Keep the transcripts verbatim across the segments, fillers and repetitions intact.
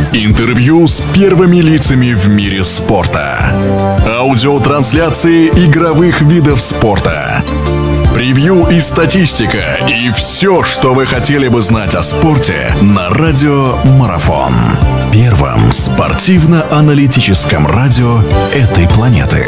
Интервью с первыми лицами в мире спорта. Аудиотрансляции игровых видов спорта. Превью и статистика. И все, что вы хотели бы знать о спорте на Радио Марафон. Первом спортивно-аналитическом радио этой планеты.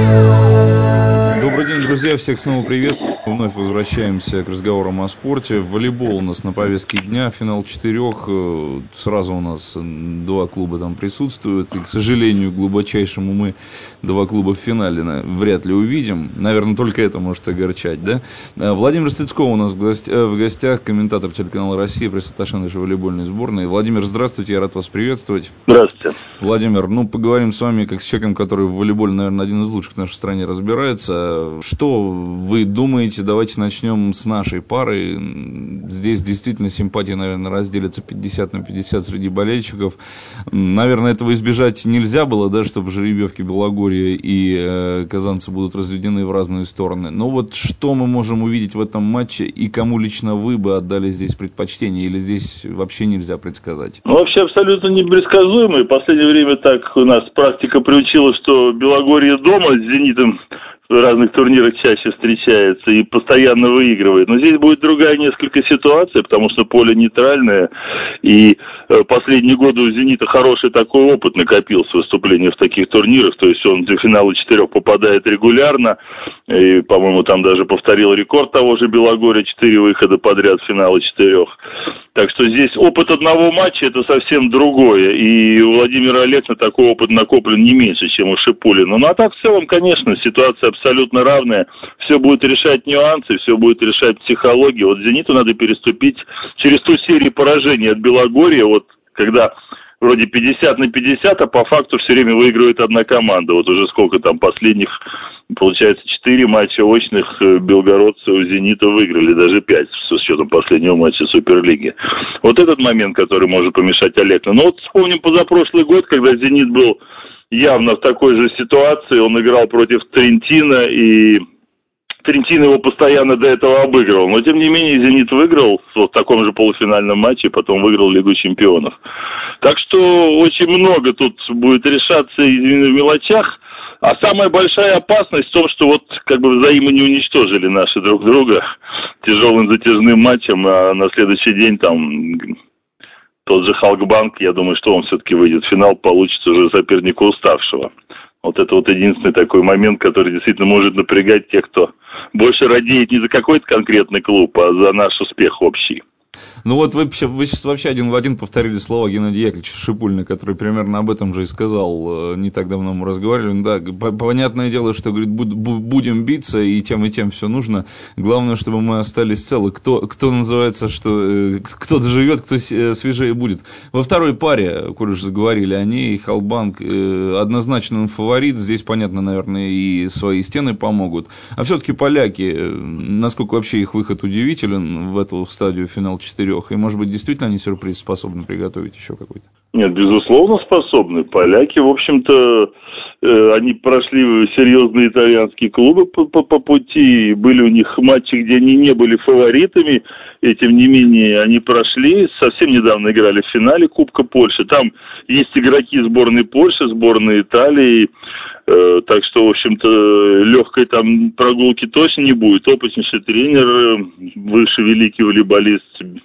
Добрый день, друзья, всех снова приветствую. Вновь возвращаемся к разговорам о спорте. Волейбол у нас на повестке дня, финал четырех. Сразу у нас два клуба там присутствуют. И, к сожалению, глубочайшему мы два клуба в финале вряд ли увидим. Наверное, только это может огорчать, да? Владимир Стыцков у нас в гостях, комментатор телеканала «Россия», пресс-атташе нашей волейбольной сборной. Владимир, здравствуйте, я рад вас приветствовать. Здравствуйте. Владимир, ну, поговорим с вами как с человеком, который в волейболе, наверное, один из лучших в нашей стране разбирается. Что вы думаете? Давайте начнем с нашей пары. Здесь действительно симпатия, наверное, разделится пятьдесят на пятьдесят среди болельщиков. Наверное, этого избежать нельзя было, да, чтобы жеребьевки Белогорья и э, казанцы будут разведены в разные стороны. Но вот что мы можем увидеть в этом матче и кому лично вы бы отдали здесь предпочтение? Или здесь вообще нельзя предсказать? Ну, вообще абсолютно непредсказуемо. И в последнее время так у нас практика приучила, что Белогорье дома с «Зенитом» в разных турнирах чаще встречается и постоянно выигрывает. Но здесь будет другая несколько ситуация, потому что поле нейтральное, и э, последние годы у «Зенита» хороший такой опыт накопился выступления в таких турнирах, то есть он до финала четырех попадает регулярно, и, по-моему, там даже повторил рекорд того же Белогорья, четыре выхода подряд в финала четырех. Так что здесь опыт одного матча — это совсем другое, и у Владимира Алексина такой опыт накоплен не меньше, чем у Шипулина. Ну а так в целом, конечно, ситуация абсолютно равная, все будет решать нюансы, все будет решать психология. Вот «Зениту» надо переступить через ту серию поражений от Белогорья, вот когда вроде пятьдесят на пятьдесят, а по факту все время выигрывает одна команда. Вот уже сколько там последних, получается, четыре матча очных белгородцы у «Зенита» выиграли, даже пять, с учетом последнего матча Суперлиги. Вот этот момент, который может помешать Алексину. Но вот вспомним позапрошлый год, когда «Зенит» был явно в такой же ситуации, он играл против Трентино, и Трентино его постоянно до этого обыгрывал. Но, тем не менее, «Зенит» выиграл в таком же полуфинальном матче, потом выиграл Лигу чемпионов. Так что очень много тут будет решаться в мелочах. А самая большая опасность в том, что вот как бы взаимно не уничтожили наши друг друга тяжелым затяжным матчем, а на следующий день там тот же Халкбанк, я думаю, что он все-таки выйдет в финал, получится уже соперника уставшего. Вот это вот единственный такой момент, который действительно может напрягать тех, кто больше радеет не за какой-то конкретный клуб, а за наш успех общий. Ну вот вы, вы сейчас вообще один в один повторили слова Геннадия Яковлевича Шипулина, который примерно об этом же и сказал, не так давно мы разговаривали. Да, понятное дело, что, говорит, будем биться, и тем, и тем все нужно. Главное, чтобы мы остались целы. Кто, кто называется, что кто доживет, кто свежее будет. Во второй паре, коль уже заговорили о ней, Халкбанк однозначно он фаворит. Здесь, понятно, наверное, и свои стены помогут. А все-таки поляки, насколько вообще их выход удивителен в эту стадию финала четырех, и, может быть, действительно они сюрприз способны приготовить еще какой-то? Нет, безусловно, способны. Поляки, в общем-то, э, они прошли серьезные итальянские клубы по, по, по пути, были у них матчи, где они не были фаворитами, и, тем не менее, они прошли, совсем недавно играли в финале Кубка Польши, там есть игроки сборной Польши, сборной Италии, э, так что, в общем-то, легкой там прогулки точно не будет. Опытнейший тренер, бывший великий волейболист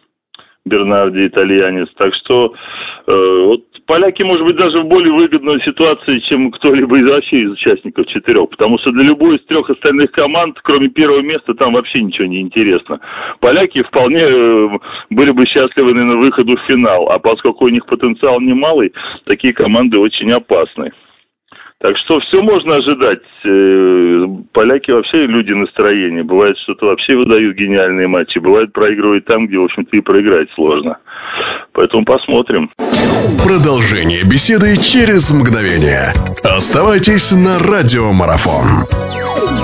Бернарди, итальянец. Так что э, вот поляки, может быть, даже в более выгодной ситуации, чем кто-либо из вообще из участников четырех, потому что для любой из трех остальных команд, кроме первого места, там вообще ничего не интересно. Поляки вполне э, были бы счастливы на выходу в финал, а поскольку у них потенциал немалый, такие команды очень опасны. Так что все можно ожидать. Поляки вообще люди настроения. Бывает, что-то вообще выдают гениальные матчи. Бывает, проигрывают там, где, в общем-то, и проиграть сложно. Поэтому посмотрим. Продолжение беседы через мгновение. Оставайтесь на Радио Марафон.